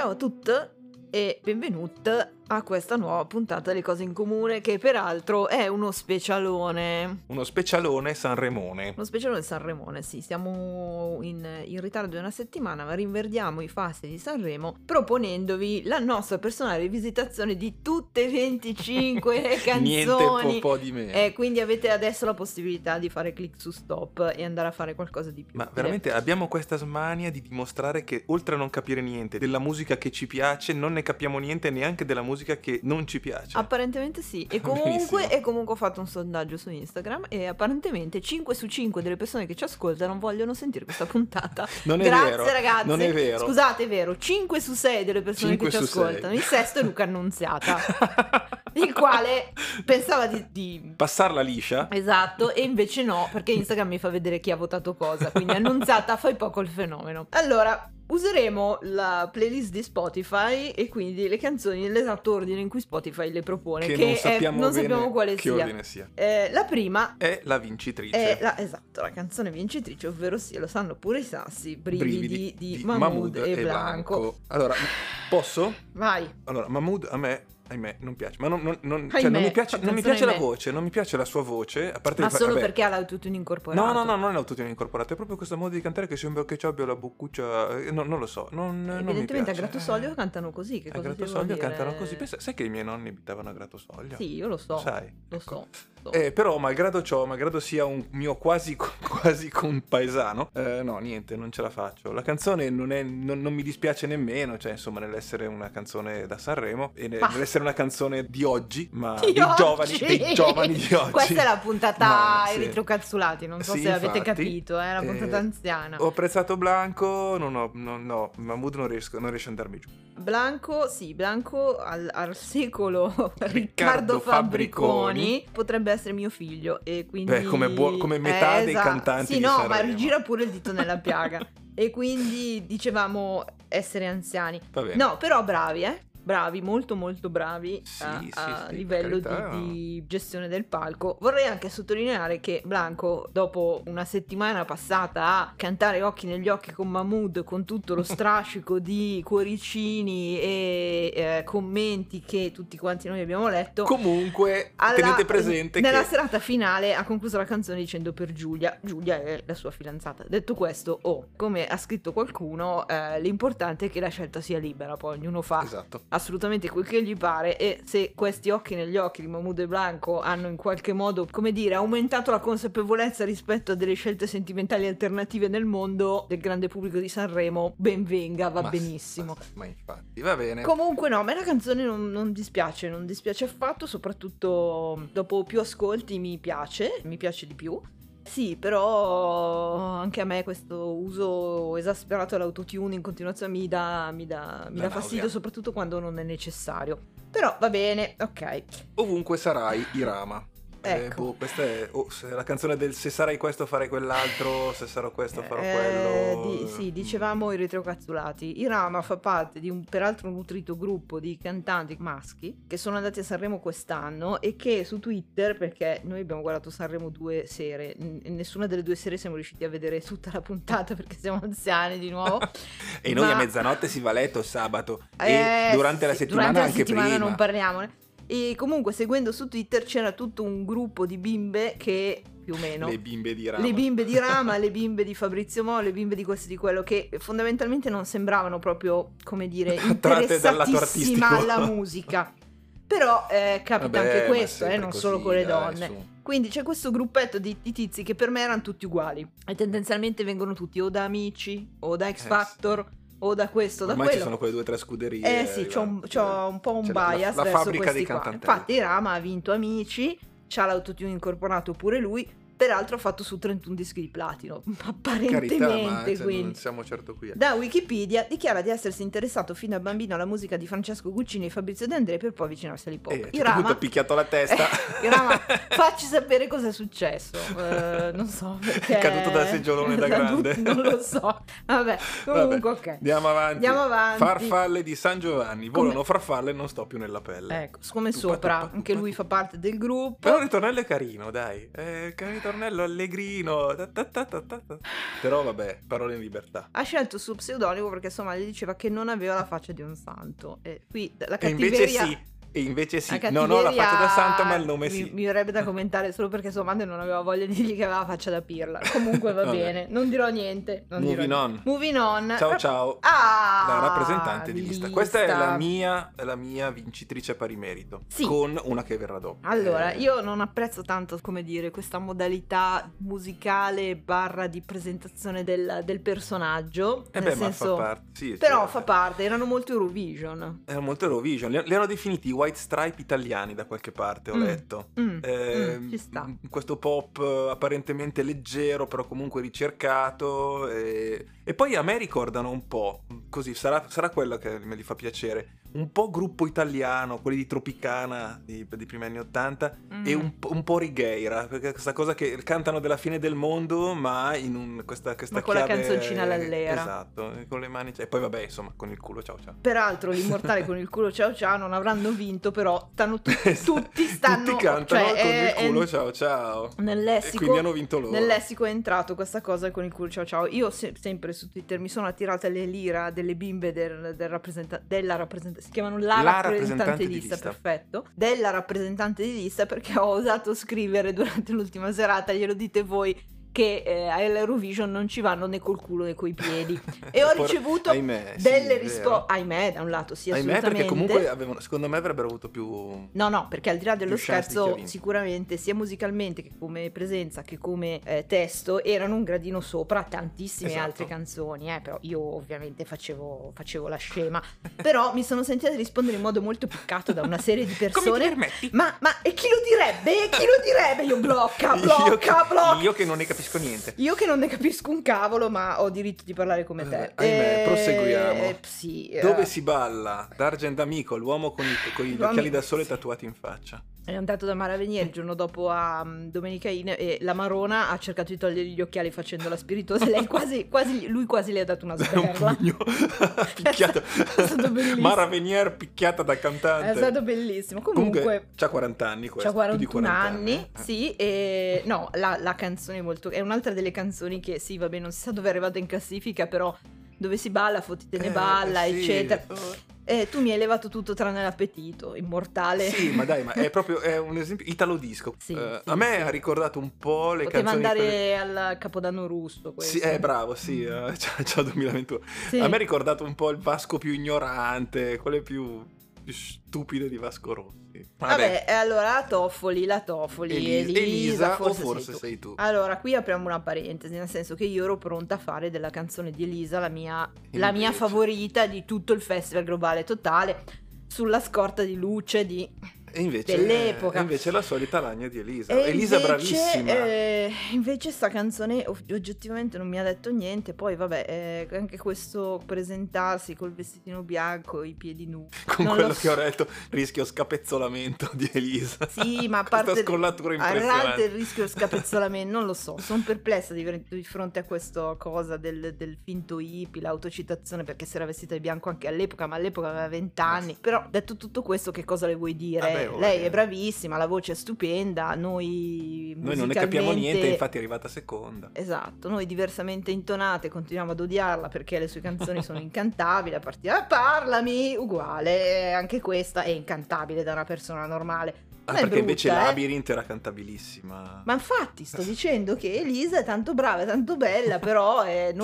Ciao a tutti e benvenuti a questa nuova puntata delle cose in comune, che peraltro è uno specialone. Uno specialone Sanremone. Uno specialone Sanremone, sì, siamo in ritardo di una settimana, ma rinverdiamo i fasti di Sanremo proponendovi la nostra personale rivisitazione di tutte 25 le canzoni. Niente po' di meno. Quindi avete adesso la possibilità di fare click su stop e andare a fare qualcosa di più. Ma veramente abbiamo questa smania di dimostrare che oltre a non capire niente della musica che ci piace, non ne capiamo niente neanche della musica che non ci piace. Apparentemente sì. E comunque ho fatto un sondaggio su Instagram e apparentemente 5 su 5 delle persone che ci ascoltano vogliono sentire questa puntata. Non è Grazie vero, ragazzi. non è vero. Scusate, è vero. 5 su 6 delle persone che ci ascoltano. 6. Il sesto è Luca Annunziata. Il quale pensava di passarla liscia. Esatto, e invece no, perché Instagram mi fa vedere chi ha votato cosa. Quindi Annunziata fai poco il fenomeno. Allora, useremo la playlist di Spotify e quindi le canzoni nell'esatto ordine in cui Spotify le propone, che non sappiamo quale che ordine sia. La prima è la vincitrice. Esatto, la canzone vincitrice, ovvero sì, lo sanno pure i sassi, Brividi di Mahmood e Blanco. Allora, posso? Vai. Allora, Mahmood a me, ahimè, non piace, ma non mi piace la voce, non mi piace la sua voce, a parte perché ha l'autotune incorporato. No, non è l'autotune incorporato, è proprio questo modo di cantare che sembra che ci abbia la boccuccia, non lo so, evidentemente a Grattosoglio cantano così, che a cosa Grattosoglio cantano così. Sai che i miei nonni abitavano a Grattosoglio? Sì, io lo so. Sai? Lo so. Però malgrado sia un mio quasi compaesano, no, niente, non ce la faccio. La canzone non mi dispiace nemmeno, cioè insomma, nell'essere una canzone da Sanremo e nell'essere una canzone di oggi, ma dei giovani di oggi. Questa è la puntata ai retrocazzulati, non so se avete capito, è la puntata anziana. Ho apprezzato Blanco, no, Mahmood non riesce ad andarmi giù. Blanco al secolo Riccardo Fabbriconi potrebbe essere mio figlio, e quindi come metà dei cantanti sì, di no, Sanremo. ma rigira pure il dito nella piaga. E quindi dicevamo essere anziani. No, però bravi, molto molto bravi a livello di gestione del palco. Vorrei anche sottolineare che Blanco, dopo una settimana passata a cantare Occhi negli occhi con Mahmood, con tutto lo strascico di cuoricini e commenti che tutti quanti noi abbiamo letto, comunque tenete presente nella serata finale ha concluso la canzone dicendo per Giulia è la sua fidanzata. Detto questo, come ha scritto qualcuno, l'importante è che la scelta sia libera, poi ognuno fa assolutamente quel che gli pare, e se questi occhi negli occhi di Mahmood e Blanco hanno in qualche modo, come dire, aumentato la consapevolezza rispetto a delle scelte sentimentali alternative nel mondo del grande pubblico di Sanremo, ben venga, va benissimo. Ma infatti, va bene. Comunque no, a me la canzone non dispiace affatto, soprattutto dopo più ascolti mi piace di più. Sì, però anche a me questo uso esasperato dell'autotune in continuazione mi dà fastidio, soprattutto quando non è necessario. Però va bene, ok. Ovunque sarai, Irama. Ecco. Questa è la canzone del se sarai questo farai quell'altro, se sarò questo farò quello. Sì, dicevamo i retrocazzulati. Irama fa parte di un peraltro nutrito gruppo di cantanti maschi che sono andati a Sanremo quest'anno e che su Twitter, perché noi abbiamo guardato Sanremo 2 sere, nessuna delle 2 sere siamo riusciti a vedere tutta la puntata perché siamo anziani di nuovo. E noi a mezzanotte si va a letto sabato e durante la settimana anche prima. Non parliamone. E comunque seguendo su Twitter c'era tutto un gruppo di bimbe che più o meno le bimbe di Rama, le bimbe di Fabrizio Mo, le bimbe di questo di quello, che fondamentalmente non sembravano proprio, come dire, interessatissima alla musica. Però capita anche questo, non così, solo con le donne. Quindi c'è questo gruppetto di tizi che per me erano tutti uguali e tendenzialmente vengono tutti o da Amici o da X Factor o da questo, da quello. Ci sono quelle 2 o 3 scuderie. Sì, c'ho un po' un bias la verso fabbrica questi dei qua. cantanti. Infatti Rama ha vinto Amici, c'ha l'autotune incorporato pure lui. Peraltro ha fatto su 31 dischi di platino, apparentemente. Carità, ma quindi non siamo certo qui. Da Wikipedia dichiara di essersi interessato fin da bambino alla musica di Francesco Guccini e Fabrizio De André per poi avvicinarsi all'hip hop. Irama ha picchiato la testa. Irama, facci sapere cosa è successo. Non so perché. È caduto dal seggiolone da grande. Non lo so. Vabbè, comunque ok. Andiamo avanti. Farfalle di San Giovanni. Volano farfalle, non sto più nella pelle. Ecco, come sopra, anche lui fa parte del gruppo. Però il ritornello è carino, dai. Carità. ritornello allegrino. Però vabbè, parole in libertà. Ha scelto il suo pseudonimo perché sua madre diceva che non aveva la faccia di un santo. E qui la cattiveria... E invece sì, non ho la faccia da santo, ma il nome sì. Mi verrebbe da commentare solo perché sua madre non aveva voglia di dirgli che aveva la faccia da pirla. Comunque va bene, non dirò niente. Moving on. Ciao. La rappresentante di lista. Questa è la mia vincitrice pari merito. Sì. Con una che verrà dopo. Allora, io non apprezzo tanto, come dire, questa modalità musicale / di presentazione del personaggio. Nel senso, ma fa parte. Sì, però fa parte, erano molto Eurovision. Li hanno definiti White Stripe italiani da qualche parte, ho letto. Ci sta. Questo pop apparentemente leggero, però comunque ricercato. E poi a me ricordano un po', così, sarà quello che me li fa piacere, un po' gruppo italiano, quelli di Tropicana di primi anni '80, e un po' Righeira, perché questa cosa che cantano della fine del mondo, ma in questa ma con chiave... la canzoncina all'era. Esatto, con le mani... E poi vabbè, insomma, con il culo ciao ciao. Peraltro l'immortale con il culo ciao ciao non avranno vinto, però tutti cantano con il culo ciao ciao. Nel lessico, e quindi hanno vinto loro. Nel lessico è entrato questa cosa con il culo ciao ciao. Io sempre su Twitter mi sono attirata le lira delle bimbe della rappresentante, si chiamano la rappresentante di lista, perfetto, della rappresentante di lista, perché ho osato scrivere durante l'ultima serata, glielo dite voi, che all'Eurovision non ci vanno né col culo né coi piedi, e ho ricevuto delle risposte, ahimè, da un lato sì, assolutamente, perché comunque secondo me avrebbero avuto più perché al di là dello scherzo, sicuramente sia musicalmente che come presenza che come testo erano un gradino sopra tantissime altre canzoni, però io ovviamente facevo la scema, però mi sono sentita rispondere in modo molto piccato da una serie di persone. Come ti permetti? Ma e chi lo direbbe? Io blocca. Io che non ne capisco niente. Io che non ne capisco un cavolo, ma ho diritto di parlare come te. Proseguiamo. Sì, Dove si balla? D'Argent Amico, l'uomo con gli occhiali da sole tatuati in faccia. È andato da Mara Venier il giorno dopo a Domenica In, e la Marona ha cercato di togliergli gli occhiali facendo la spiritosa. Lei lui quasi le ha dato una sberla. Un pugno picchiato. È stato bellissimo. Mara Venier picchiata da cantante. È stato bellissimo. Comunque c'ha 40 anni questo. C'ha 41 anni, sì. E no, la canzone è un'altra delle canzoni che sì, vabbè, non si sa dove è arrivata in classifica, però Dove si balla, fotti te ne balla, eccetera. Tu mi hai levato tutto tranne l'appetito, immortale. Sì, ma dai, ma è un esempio italo disco. A me ha ricordato un po' le Poteva canzoni. Poteva andare al Capodanno russo questo. Sì, bravo, sì, c'ha 2021. Sì. A me ha ricordato un po' il Vasco più ignorante, quelle più stupide di Vasco Rossi. Vabbè, allora la Toffoli, Elisa, forse sei tu. Allora, qui apriamo una parentesi, nel senso che io ero pronta a fare della canzone di Elisa la mia favorita di tutto il Festival Globale Totale, sulla scorta di Luce dell'epoca. E invece la solita lagna di Elisa. Elisa bravissima. Invece sta canzone oggettivamente non mi ha detto niente. Poi vabbè, anche questo presentarsi col vestitino bianco, i piedi nudi. Con quello che ho detto, rischio scapezzolamento di Elisa. Sì, ma a parte questa scollatura impressionante. Il rischio scapezzolamento, non lo so. Sono perplessa di fronte a questa cosa del finto hippie, l'autocitazione, perché si era vestita di bianco anche all'epoca, ma all'epoca aveva 20 anni. Però detto tutto questo, che cosa le vuoi dire? Lei è bravissima, la voce è stupenda, noi non ne capiamo niente, infatti è arrivata seconda. Esatto, noi diversamente intonate continuiamo ad odiarla perché le sue canzoni sono incantabili, a partire parlami, uguale, anche questa è incantabile da una persona normale. Perché invece Labyrinth era cantabilissima. Ma infatti sto dicendo che Elisa è tanto brava, è tanto bella, però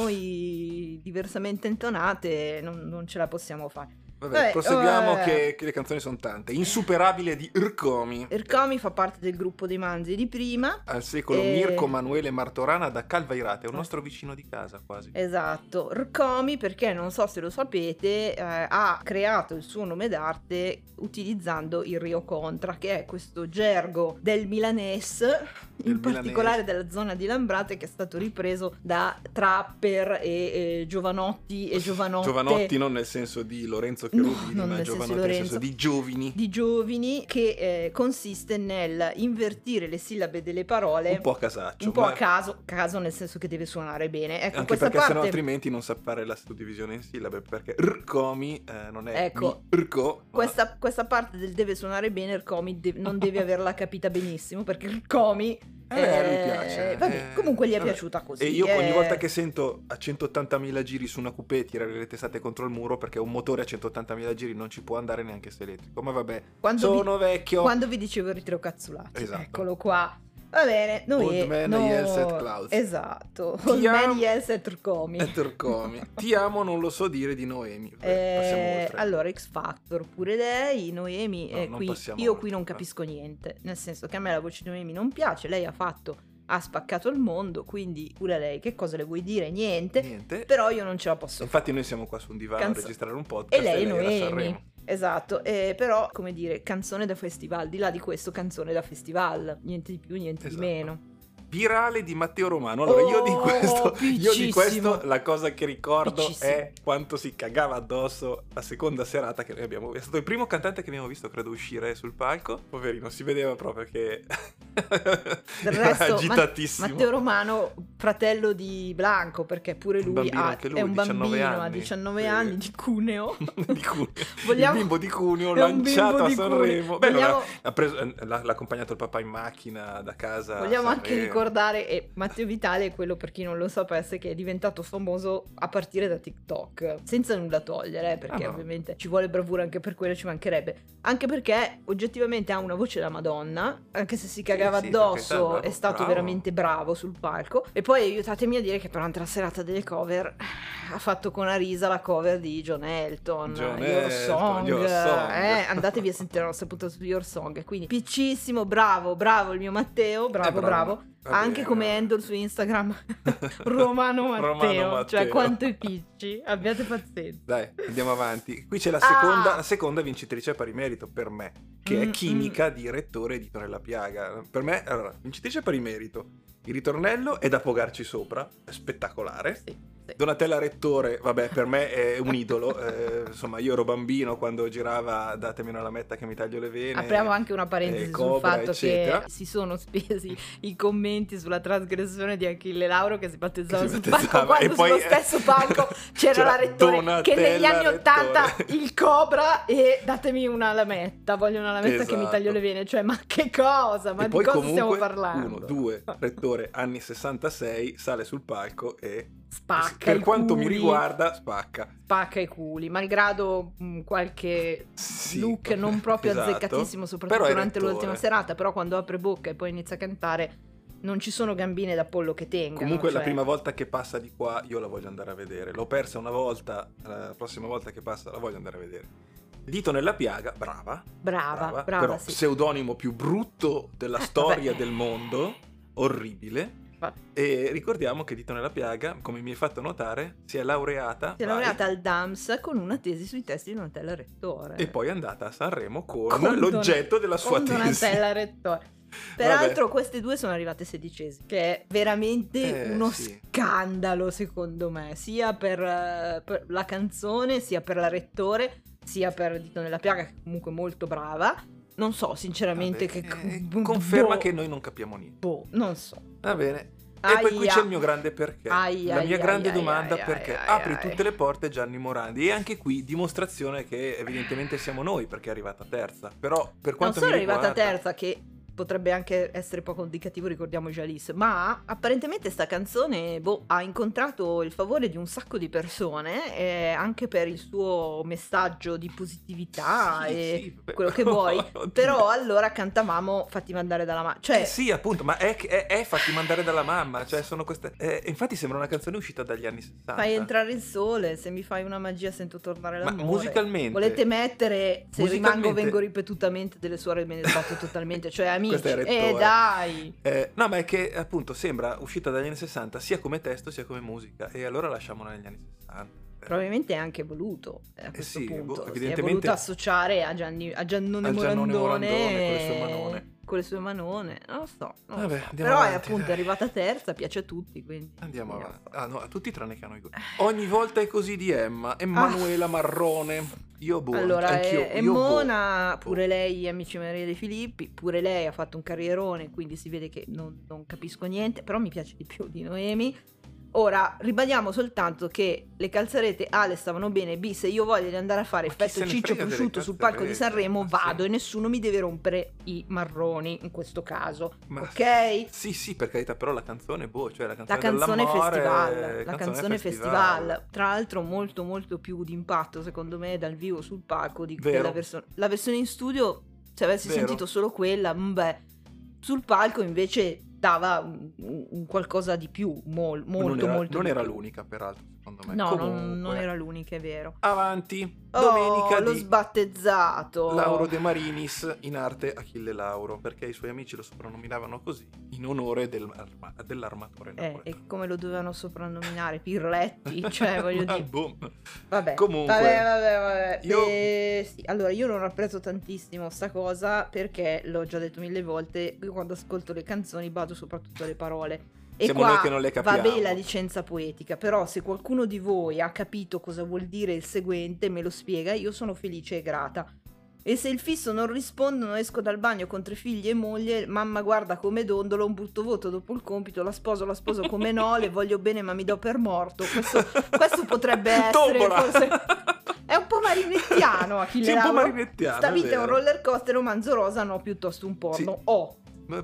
noi diversamente intonate non ce la possiamo fare. Vabbè, proseguiamo che le canzoni sono tante. Insuperabile di Rcomi. Rcomi fa parte del gruppo dei Manzi di prima. Al secolo Mirko Manuele Martorana da Calvairate, è un nostro vicino di casa quasi. Esatto. Rcomi, perché non so se lo sapete, ha creato il suo nome d'arte utilizzando il Rio Contra, che è questo gergo del milanese, in particolare della zona di Lambrate, che è stato ripreso da trapper e giovanotti e giovanotte. Giovanotti non nel senso di Lorenzo Cherubini, ma giovanotti nel senso di giovani. Di giovani, che consiste nel invertire le sillabe delle parole. Un po' a casaccio. Un po' a caso nel senso che deve suonare bene. Ecco, anche perché sennò altrimenti non sa fare la suddivisione in sillabe, perché Rcomi non è Rco. Questa parte del deve suonare bene, Rcomi non deve averla capita benissimo, perché Rcomi A lui piace. Vabbè, comunque gli è piaciuta così. E io ogni volta che sento a 180.000 giri su una coupé tirare le testate contro il muro, perché un motore a 180.000 giri non ci può andare neanche se elettrico. Ma vabbè, sono vecchio. Quando vi dicevo il ritiro cazzulato, esatto. Eccolo qua. Va bene, Old Man Yells at Clouds. Esatto, Old Man Yells at Turcomi. Ti amo, non lo so dire di Noemi. Passiamo oltre. Allora, X Factor, pure lei, Noemi, io qui non capisco niente. Nel senso che a me la voce di Noemi non piace, lei ha spaccato il mondo, quindi pure lei, che cosa le vuoi dire? Niente. Però io non ce la posso Infatti fare. Noi siamo qua su un divano a registrare un podcast e lei è Noemi. Sanremo. Esatto, però come dire, canzone da festival, di là di questo canzone da festival, niente di più, niente di meno. Virale di Matteo Romano. Allora, io di questo la cosa che ricordo è quanto si cagava addosso la seconda serata che noi abbiamo. È stato il primo cantante che abbiamo visto, credo, uscire sul palco. Poverino, si vedeva proprio che del resto, agitatissimo. Matteo Romano, fratello di Blanco, perché pure lui, è un bambino, ha 19 anni, di Cuneo. Il bimbo di Cuneo lanciato a Sanremo. L'ha accompagnato il papà in macchina da casa. Vogliamo anche ricordare, e Matteo Vitale è quello, per chi non lo sapesse, che è diventato famoso a partire da TikTok, senza nulla togliere, perché ovviamente ci vuole bravura anche per quello, ci mancherebbe, anche perché oggettivamente ha una voce da Madonna, anche se si cagava addosso, è stato veramente bravo sul palco. E poi aiutatemi a dire che durante la serata delle cover ha fatto con Arisa la cover di John Elton, Your Song. Andatevi a sentire la nostra puntata su Your Song. Quindi piccissimo, bravo il mio Matteo, bravo. Anche come handle su Instagram Romano Matteo, cioè quanto è picci, abbiate pazienza. Dai, andiamo avanti. Qui c'è la seconda vincitrice pari merito per me, che è Chimica di Rettore Edito nella Piaga. Per me, allora, vincitrice pari merito. Il ritornello è da pogarci sopra, è spettacolare. Sì. Donatella Rettore, vabbè, per me è un idolo. Insomma, io ero bambino quando girava Datemi una lametta che mi taglio le vene. Apriamo anche una parentesi sul fatto eccetera. Che si sono spesi i commenti sulla trasgressione di Achille Lauro che si battezzava sul palco, quando e poi, sullo stesso palco c'era la Rettore, Donatella che negli anni '80 il Cobra e datemi una lametta, voglio una lametta che mi taglio le vene, cioè ma che cosa? Ma e di cosa stiamo parlando? 1, 2, Rettore anni 66 sale sul palco e spacca, per quanto mi riguarda spacca i culi, malgrado qualche look non proprio azzeccatissimo, soprattutto durante l'ultima serata, però quando apre bocca e poi inizia a cantare non ci sono gambine da pollo che tengano. Comunque la prima volta che passa di qua io la voglio andare a vedere, l'ho persa una volta, la prossima volta che passa la voglio andare a vedere. Dito nella Piaga, brava, però sì. Pseudonimo più brutto della storia del mondo, orribile. E ricordiamo che Dito nella Piaga, come mi hai fatto notare, si è laureata al DAMS con una tesi sui testi di Donatella Rettore. E poi è andata a Sanremo con l'oggetto della sua tesi. Donatella Rettore. Peraltro queste due sono arrivate 16esime, che è veramente uno scandalo secondo me, sia per la canzone, sia per la Rettore, sia per Dito nella Piaga, che comunque è molto brava. Non so sinceramente conferma che noi non capiamo niente. Non so. Va bene. E poi qui c'è il mio grande perché. La mia grande domanda perché apri tutte le porte Gianni Morandi. E anche qui dimostrazione che evidentemente siamo noi, perché è arrivata terza. Però per quanto mi riguarda, è arrivata terza, che potrebbe anche essere poco indicativo, ricordiamo Jalis, ma apparentemente sta canzone ha incontrato il favore di un sacco di persone, anche per il suo messaggio di positività quello che vuoi. Però allora cantavamo Fatti mandare dalla mamma, cioè sì, appunto, ma è Fatti mandare dalla mamma, cioè sono queste infatti sembra una canzone uscita dagli anni 60. Fai entrare il sole, se mi fai una magia sento tornare l'amore. Ma musicalmente volete mettere Se rimango vengo ripetutamente delle suore me ne sbatto totalmente, cioè amici, dai. No, ma è che appunto sembra uscita dagli anni 60 sia come testo sia come musica, e allora lasciamola negli anni 60. Probabilmente è anche voluto a questo punto. Evidentemente si è voluto associare a Giannone Morandone con le sue manone, non lo so. Però avanti, appunto è arrivata terza, piace a tutti, quindi andiamo avanti. A tutti tranne che a noi. Ogni volta è così di Emanuela Marrone. Allora, Mona, pure lei, Amici Maria De Filippi, pure lei ha fatto un carrierone, quindi si vede che non capisco niente, però mi piace di più di Noemi. Ora, ribadiamo soltanto che le calzarete A le stavano bene, B, se io voglio di andare a fare effetto ciccio prosciutto sul palco di Sanremo, vado, e nessuno mi deve rompere i marroni in questo caso, ok? Sì, per carità, però la canzone, cioè la canzone festival, la canzone festival, tra l'altro molto molto più di impatto secondo me dal vivo sul palco della la versione in studio, se avessi sentito solo quella, sul palco invece dava un qualcosa di più, molto non era più. l'unica peraltro, secondo me. No, non era l'unica, è vero. Avanti. Domenica lo sbattezzato Lauro De Marinis, in arte Achille Lauro, perché i suoi amici lo soprannominavano così in onore dell'armatore napoletano. E come lo dovevano soprannominare? Pirletti? Cioè, voglio dire. Vabbè. Comunque, vabbè. Sì. Allora, io non apprezzo tantissimo sta cosa, perché l'ho già detto 1000 volte, io quando ascolto le canzoni bado soprattutto alle parole. E siamo qua noi che non le capiamo. Va bene la licenza poetica, però se qualcuno di voi ha capito cosa vuol dire il seguente, me lo spiega, io sono felice e grata. E se il fisso non rispondono, esco dal bagno con 3 figli e moglie, mamma guarda come dondolo, un brutto voto dopo il compito, la sposo come no, le voglio bene ma mi do per morto. Questo potrebbe essere forse... È un po' marinettiano, Achille Lauro. Sì, un po' marinettiano. Sta vita è un roller coaster, romanzo rosa, no, piuttosto un porno. Sì.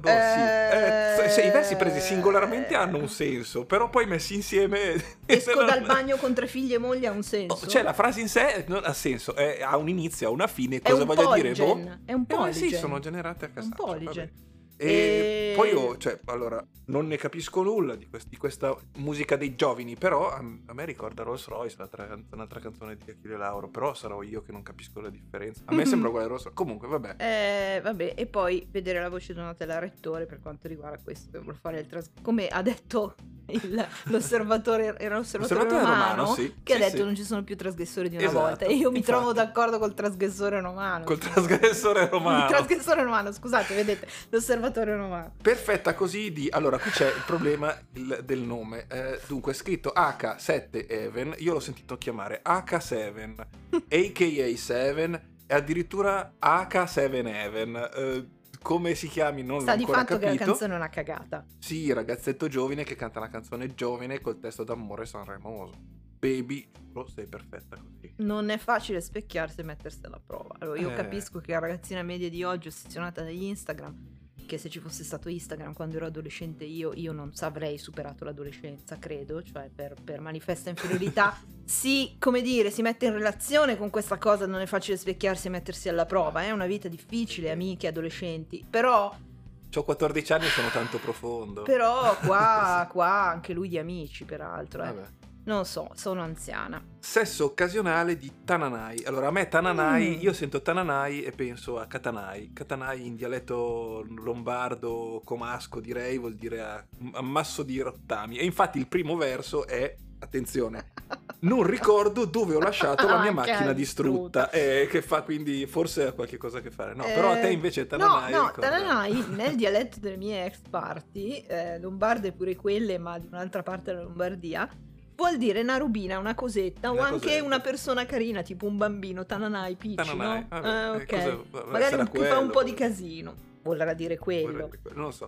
I versi presi singolarmente hanno un senso, però poi messi insieme esco dal bagno con 3 figli e moglie ha un senso. Cioè la frase in sé non ha senso, ha un inizio, ha una fine. Cosa voglio dire? È un poligen. Sì, sono generate a casaccio. Un poligen. E poi allora non ne capisco nulla di questa musica dei giovani, però a me ricorda Rolls Royce, un'altra canzone di Achille Lauro, però sarò io che non capisco la differenza. A me sembra uguale a Rolls Royce. Comunque vabbè. E poi vedere la voce Donatella Rettore per quanto riguarda questo, che vuole fare come ha detto l'osservatore romano, sì, che ha detto non ci sono più trasgressori di una volta, e io mi trovo d'accordo col trasgressore romano. Il trasgressore romano, scusate, vedete, l'osservatore romano. Perfetta così allora qui c'è il problema del nome, dunque è scritto H7 Even, io l'ho sentito chiamare H7 aka 7 e addirittura H7 Even. Come si chiami non l'ho ancora capito. Sta di fatto che la canzone è una cagata. Sì, ragazzetto giovane che canta una canzone giovane col testo d'amore sanremoso. Baby, sei perfetta così. Non è facile specchiarsi e mettersi alla prova. Allora io capisco che la ragazzina media di oggi è ossessionata dagli Instagram, che se ci fosse stato Instagram quando ero adolescente io non avrei superato l'adolescenza, credo, cioè per manifesta inferiorità si mette in relazione con questa cosa. Non è facile specchiarsi e mettersi alla prova, è una vita difficile, amiche adolescenti, però c'ho 14 anni e sono tanto profondo. Però qua anche lui di Amici, peraltro, Vabbè. Non so, sono anziana. Sesso occasionale di Tananai. Allora a me Tananai, io sento Tananai e penso a Catanai. Catanai in dialetto lombardo comasco direi vuol dire ammasso di rottami. E infatti il primo verso è, attenzione, non ricordo dove ho lasciato la mia macchina distrutta, che fa, quindi forse ha qualche cosa a che fare. No, però a te invece Tananai. No, Tananai nel dialetto delle mie ex parti, lombarde pure quelle, ma di un'altra parte della Lombardia, vuol dire una rubina, una cosetta, o anche una persona carina, tipo un bambino. Tananai, Picci, no? Ok. Magari che fa un po' di casino. Vorrà dire quello. Non lo so.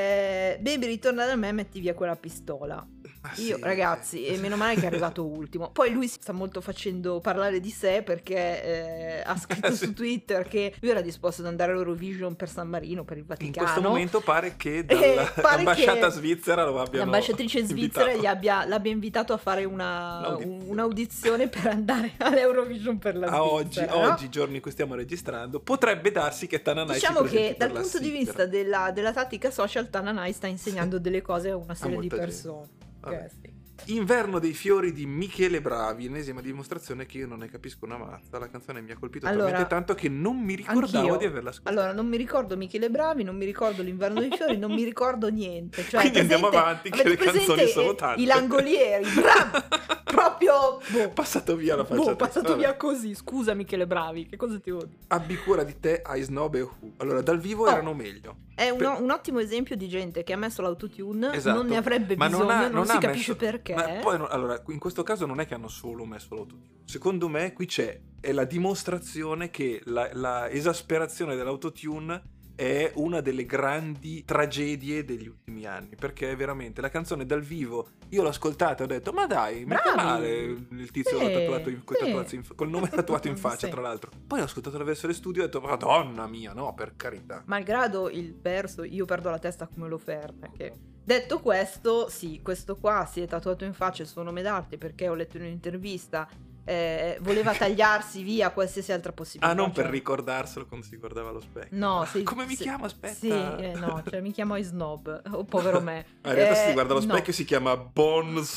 Baby, ritorna da me, metti via quella pistola. Io, ragazzi, e meno male che è arrivato ultimo. Poi lui si sta molto facendo parlare di sé, perché ha scritto su Twitter che lui era disposto ad andare all'Eurovision per San Marino, per il Vaticano. In questo momento pare che dall'ambasciata svizzera lo abbiano l'ambasciatrice svizzera l'abbia invitato a fare un'audizione per andare all'Eurovision per la Svizzera. Oggi, giorni in cui stiamo registrando, potrebbe darsi che Tananai diciamo che dal punto di vista della tattica social, Tananai sta insegnando delle cose a una serie di persone. Sì. Inverno dei fiori di Michele Bravi, ennesima dimostrazione che io non ne capisco una mazza. La canzone mi ha colpito talmente tanto che non mi ricordavo di averla ascoltata. Allora, non mi ricordo Michele Bravi, non mi ricordo l'Inverno dei fiori, non mi ricordo niente. Cioè, quindi andiamo avanti, che le canzoni sono tante. I Langolieri, proprio passato via la faccia. Passato via così. Scusa Michele Bravi, che cosa ti vuoi dire? Abbi cura di te, ai Snob e Who. Allora, dal vivo erano meglio. È un ottimo esempio di gente che ha messo l'autotune, non ne avrebbe bisogno, non si capisce perché. Ma poi, allora, in questo caso non è che hanno solo messo l'autotune. Secondo me qui è la dimostrazione che la esasperazione dell'autotune è una delle grandi tragedie degli ultimi anni, perché veramente la canzone dal vivo, io l'ho ascoltata e ho detto ma dai, mica male il tizio tatuato col nome tatuato in faccia, tra l'altro. Poi ho ascoltato la versione studio e ho detto madonna mia, no, per carità. Malgrado il verso Io perdo la testa come l'offerta, che detto questo, sì, questo qua si è tatuato in faccia il suo nome d'arte perché ho letto in un'intervista voleva tagliarsi via qualsiasi altra possibilità. Non per ricordarselo quando si guardava allo specchio. No, sì, come mi chiamo? Aspetta. Sì, no, cioè mi chiamo Snob. Oh, povero me. In realtà si guarda allo specchio e si chiama Bones.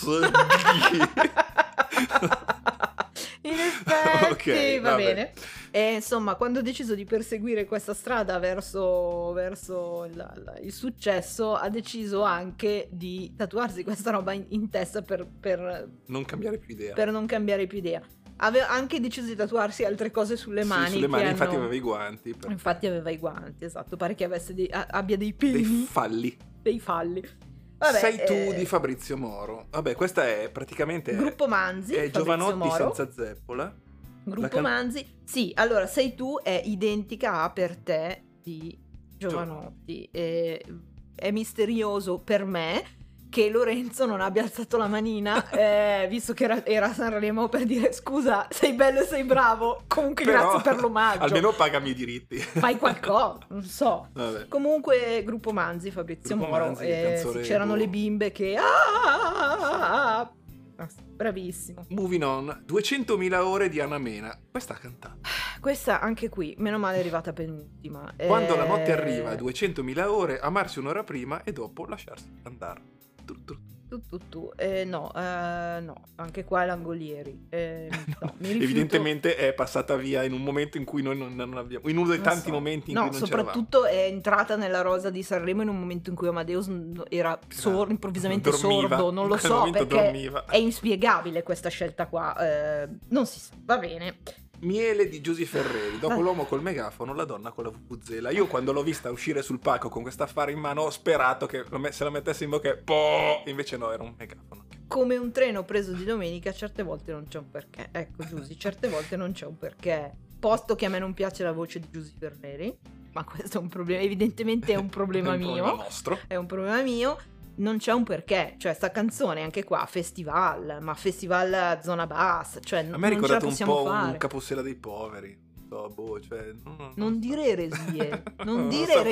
In effetti, okay, va bene. E insomma, quando ho deciso di perseguire questa strada verso il successo, ha deciso anche di tatuarsi questa roba in testa per non cambiare più idea. Per non cambiare più idea. Aveva anche deciso di tatuarsi altre cose sulle mani. Sulle mani, infatti aveva i guanti. Infatti aveva i guanti, esatto. Pare che abbia dei peli. Dei falli. Vabbè, Sei tu di Fabrizio Moro. Vabbè, questa è praticamente Gruppo Manzi, è Giovanotti Moro. senza zeppola. Gruppo Manzi. Sì, allora Sei tu è identica a Per te di Giovanotti. È misterioso per me che Lorenzo non abbia alzato la manina, visto che era a Sanremo, per dire scusa, sei bello e sei bravo, comunque però, grazie per l'omaggio. Almeno pagami i diritti. Fai qualcosa, non so. Vabbè. Comunque Gruppo Manzi, Fabrizio Moro, c'erano le bimbe che... bravissimo. Moving on, 200.000 ore di Anna Mena. Questa ha cantato. Questa anche qui, meno male è arrivata penultima. Quando la notte arriva, 200.000 ore, amarsi un'ora prima e dopo lasciarsi andare. No, anche qua è l'Angolieri. No, evidentemente è passata via in un momento in cui noi non abbiamo, in uno dei tanti momenti in cui non c'eravamo. Soprattutto è entrata nella rosa di Sanremo in un momento in cui Amadeus era improvvisamente sordo, non lo so, perché è inspiegabile questa scelta qua. Non si sa, va bene. Miele di Giusy Ferreri, dopo l'uomo col megafono, la donna con la vuvuzela. Io quando l'ho vista uscire sul palco con questa affare in mano ho sperato che se la mettesse in bocca e invece no, era un megafono. Come un treno preso di domenica, certe volte non c'è un perché. Ecco Giusy, certe volte non c'è un perché. Posto che a me non piace la voce di Giusy Ferreri, ma questo è un problema, evidentemente è un problema mio. Problema nostro. È un problema mio. Non c'è un perché, cioè sta canzone anche qua festival, ma festival zona bassa, cioè a me ha ricordato un po' un Capossela dei poveri. Non dire eresie, non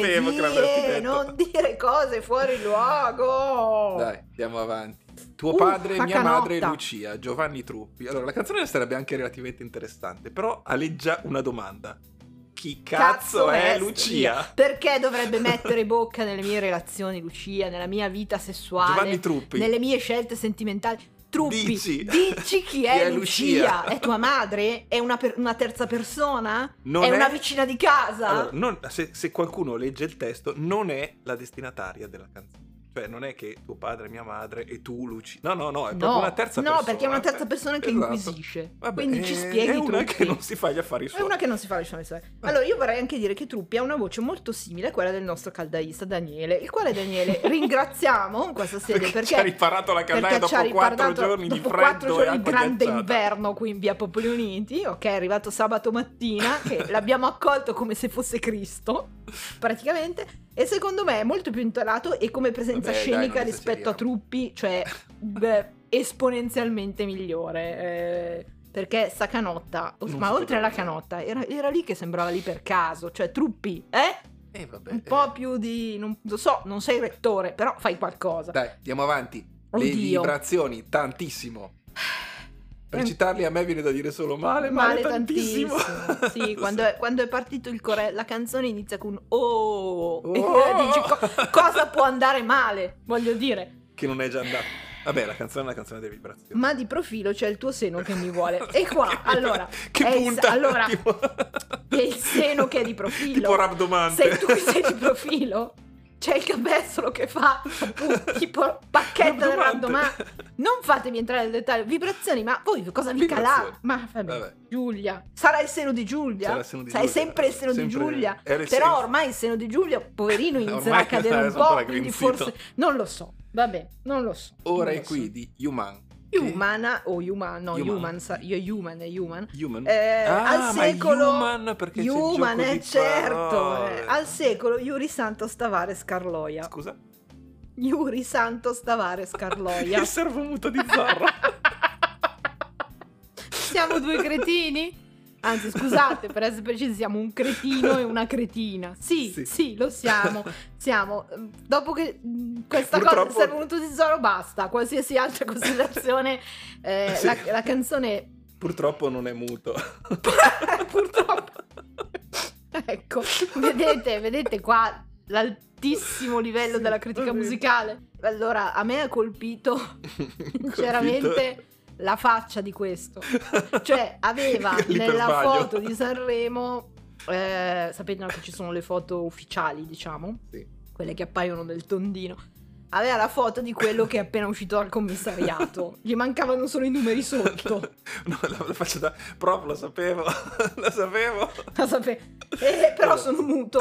dire cose fuori luogo. Dai, andiamo avanti. Tuo padre, mia madre, Lucia, Giovanni Truppi. Allora, la canzone sarebbe anche relativamente interessante, però aleggia una domanda. Chi cazzo è Lucia? Perché dovrebbe mettere bocca nelle mie relazioni Lucia, nella mia vita sessuale, Giovanni Truppi, nelle mie scelte sentimentali? Truppi, dici chi è Lucia? È tua madre? È una terza persona? Non è una vicina di casa? Allora, se qualcuno legge il testo, non è la destinataria della canzone. Cioè non è che tuo padre, mia madre e tu Luci. No, è proprio una terza persona. No, perché è una terza persona che inquisisce. Vabbè, quindi ci spieghi È una che non si fa gli affari suoi. È una che non si fa gli affari suoi. Allora io vorrei anche dire che Truppi ha una voce molto simile a quella del nostro caldaista Daniele, il quale Daniele ringraziamo in questa sede perché ci ha riparato la caldaia dopo 4 giorni di freddo 4 giorni di grande inverno qui in via Popoli Uniti. Ok, è arrivato sabato mattina che l'abbiamo accolto come se fosse Cristo praticamente. E secondo me è molto più intonato e come presenza scenica rispetto a Truppi, cioè esponenzialmente migliore. Perché sta canotta, ma oltre alla canotta, era lì che sembrava lì per caso. Cioè Truppi, vabbè, un po' più di... non lo so, non sei rettore, però fai qualcosa. Dai, andiamo avanti. Le vibrazioni, tantissimo. Per citarli a me viene da dire solo male tantissimo. Sì, quando è partito la canzone inizia con e dici cosa può andare male, voglio dire. Che non è già andato. Vabbè, la canzone è una canzone delle vibrazioni. Ma di profilo c'è il tuo seno che mi vuole. E qua, allora... che punta? Allora, è il seno che è di profilo. Tipo rabdomante. Sei tu che sei di profilo? C'è il capezzolo che fa tipo pacchetto del rabdomante. Non fatemi entrare nel dettaglio. Vibrazioni, ma voi cosa vi calate? Ma vabbè. Giulia. Sarà il seno di Giulia? Sai sempre il seno di Giulia. Però ormai il seno di Giulia, poverino, inizierà a cadere un po'. Quindi forse... Non lo so. Vabbè, non lo so. Ora è qui di Human. Human o Human, no, Human Human. Al secolo Human, perché Human, c'è il gioco di certo, parole. al secolo Yuri Santos Tavares Carloia. Scusa? Yuri Santos Tavares Carloia. Il servomuto di Zorro. Siamo due cretini? Anzi, scusate, per essere precisi, siamo un cretino e una cretina. Sì, lo siamo. Dopo che questa cosa del servomuto di Zorro basta. Qualsiasi altra considerazione, la canzone... Purtroppo non è muto. Purtroppo. Ecco, vedete qua l'altissimo livello della critica musicale. Allora, a me ha colpito sinceramente la faccia di questo. Cioè, aveva nella foto di Sanremo, sapete che ci sono le foto ufficiali, diciamo, sì, quelle che appaiono del tondino. Aveva la foto di quello che è appena uscito dal commissariato. Gli mancavano solo i numeri sotto. No, la faccia da prof, lo sapevo. Però sono muto.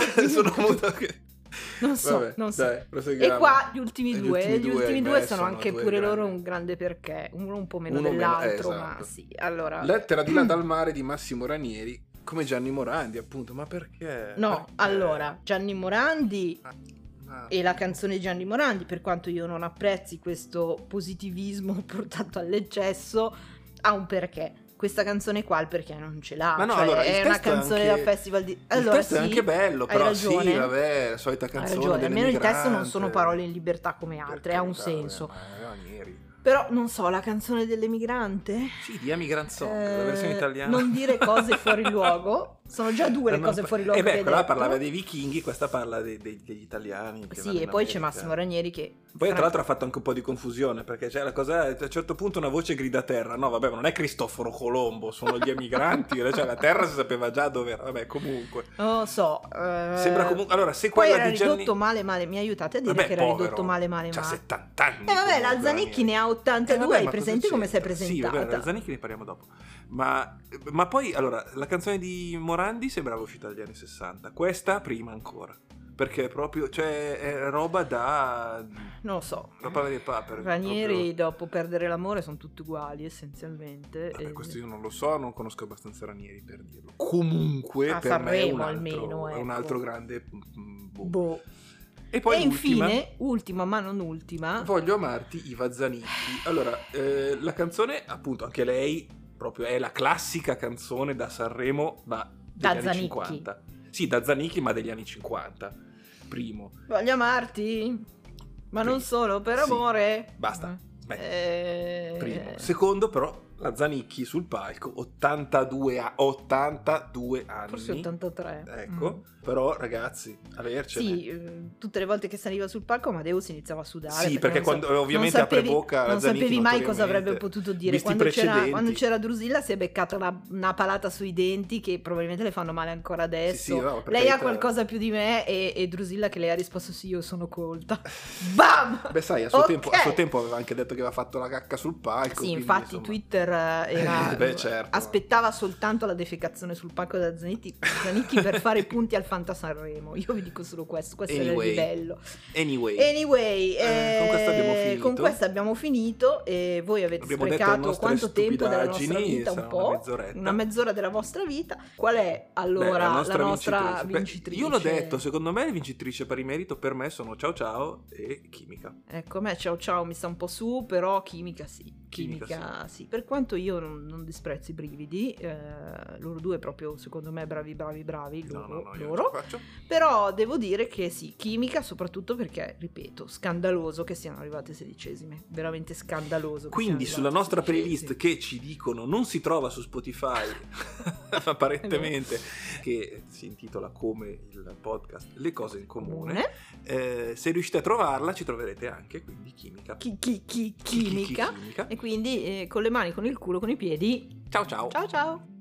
Non so, Vabbè, non so. Dai, e qua gli ultimi due ahimè, sono anche due pure grandi. loro un grande perché, uno un po' meno Uno dell'altro, esatto. ma sì, allora... Lettera di là dal mare di Massimo Ranieri, come Gianni Morandi, appunto, ma perché? No, Perché? allora, Gianni Morandi Ma- e la canzone di Gianni Morandi, per quanto io non apprezzi questo positivismo portato all'eccesso, ha un perché. Questa canzone qua il perché non ce l'ha, Ma no, cioè, allora, è una canzone da festival di... Allora, il testo è anche bello, però ragione, sì, vabbè, la solita canzone hai ragione, almeno il testo non dell'emigrante. sono parole in libertà come altre, Per ha un carità, senso. Ranieri. Però, non so, la canzone dell'emigrante? Sì, di Emigrant Song, la versione italiana. Non dire cose fuori luogo. Sono già due le cose fuori luogo. Beh, quella parlava dei vichinghi, questa parla degli italiani. Che sì, vanno e in poi c'è America. Massimo Ranieri che... Poi tra l'altro ha fatto anche un po' di confusione, perché c'è la cosa, a un certo punto una voce grida terra. No, vabbè, ma non è Cristoforo Colombo, sono gli emigranti, cioè la terra si sapeva già dove era. Vabbè, comunque. Non lo so. Sembra comunque... Allora, se poi quella era di Gianni... ridotto male, mi aiutate a dire Vabbè, che era povero, ridotto male. c'ha 70 anni. Vabbè, la comunque, Zanicchi Ranieri. ne ha 82, Vabbè, hai ma presente cosa come si è c'entra? presentata? Sì, vabbè, la Zanicchi ne parliamo dopo. Ma poi, allora, la canzone di Morandi sembrava uscita dagli anni 60. Questa prima ancora. Perché proprio, cioè, è roba da... Non lo so. La palla di papere. Ranieri proprio... dopo Perdere l'amore sono tutti uguali essenzialmente. Vabbè, questo io non lo so, non conosco abbastanza Ranieri per dirlo. Comunque, A per Sanremo, me è un altro, almeno, è un ecco. altro grande... Boh. E poi infine, ultima ma non ultima, Voglio amarti, Iva Zanicchi. Allora, la canzone, appunto, anche lei proprio è la classica canzone da Sanremo, ma degli anni Zanicchi. 50. Sì, da Zanicchi, ma degli anni 50. Primo. Voglio amarti, ma non solo per Sì. amore. Basta. Primo. Eh... Secondo, però, la Zanicchi sul palco, 82 anni. Forse 83. Ecco, però ragazzi, avercene. Sì, tutte le volte che saliva sul palco Amadeus iniziava a sudare. Sì, perché non quando ovviamente apre bocca la non Zanicchi sapevi mai cosa notoriamente, avrebbe potuto dire. visti i Quando precedenti. c'era Drusilla si è beccata una palata sui denti che probabilmente le fanno male ancora adesso. Sì, no, per lei carità. ha qualcosa più di me e Drusilla che lei ha risposto sì, io sono colta. Bam! Beh, sai, a suo Ok. tempo aveva anche detto che aveva fatto la cacca sul palco. Sì, quindi, infatti insomma... Twitter era Beh, certo. aspettava soltanto la defecazione sul palco da Zanicchi per fare punti al Fanta Sanremo. Io vi dico solo questo è il livello. Anyway, con questo abbiamo finito. Con questo abbiamo finito e voi avete Abbiamo detto le sprecato nostre quanto tempo della nostra stupidaggini, vita? Un sarà po', una mezz'oretta. della vostra vita. Qual è allora la nostra vincitrice? Io l'ho detto, secondo me le vincitrici pari merito per me sono Ciao Ciao e Chimica. Ecco, a me ciao mi sta un po' su, però Chimica sì. Chimica sì. Per quanto io non disprezzo i brividi, loro due proprio secondo me bravi loro. Io non ce la faccio. Però devo dire che sì, Chimica soprattutto perché, ripeto, scandaloso che siano arrivate 16esime, veramente scandaloso. Quindi sulla nostra playlist che ci dicono non si trova su Spotify apparentemente, che si intitola come il podcast Le cose in comune, se riuscite a trovarla ci troverete anche, quindi Chimica. Chimica. E quindi con le mani, con il culo, con i piedi. Ciao ciao. Ciao ciao.